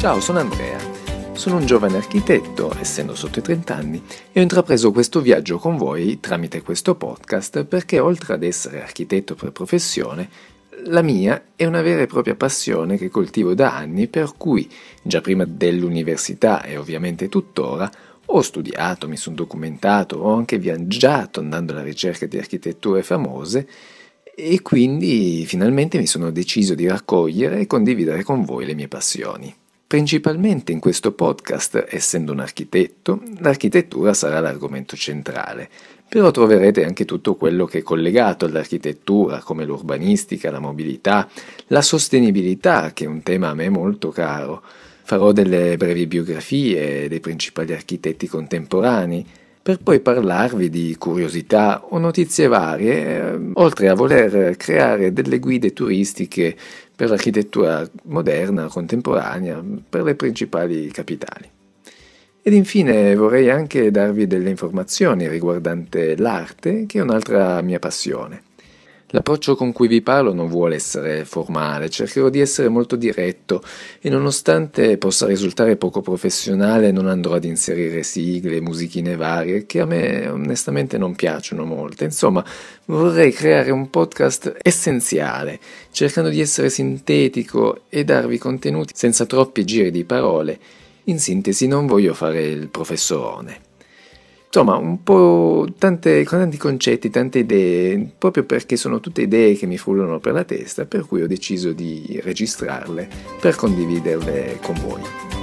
Ciao, sono Andrea. Sono un giovane architetto, essendo sotto i 30 anni, e ho intrapreso questo viaggio con voi tramite questo podcast perché oltre ad essere architetto per professione, la mia è una vera e propria passione che coltivo da anni, per cui già prima dell'università e ovviamente tuttora ho studiato, mi sono documentato, ho anche viaggiato andando alla ricerca di architetture famose e quindi finalmente mi sono deciso di raccogliere e condividere con voi le mie passioni. Principalmente in questo podcast, essendo un architetto, l'architettura sarà l'argomento centrale, però troverete anche tutto quello che è collegato all'architettura, come l'urbanistica, la mobilità, la sostenibilità, che è un tema a me molto caro. Farò delle brevi biografie dei principali architetti contemporanei, per poi parlarvi di curiosità o notizie varie, oltre a voler creare delle guide turistiche per l'architettura moderna, contemporanea, per le principali capitali. Ed infine vorrei anche darvi delle informazioni riguardante l'arte, che è un'altra mia passione. L'approccio con cui vi parlo non vuole essere formale, cercherò di essere molto diretto e nonostante possa risultare poco professionale non andrò ad inserire sigle e musichine varie che a me onestamente non piacciono molto. Insomma, vorrei creare un podcast essenziale, cercando di essere sintetico e darvi contenuti senza troppi giri di parole. In sintesi, non voglio fare il professorone. Insomma, un po' con tanti concetti, tante idee, proprio perché sono tutte idee che mi frullano per la testa, per cui ho deciso di registrarle per condividerle con voi.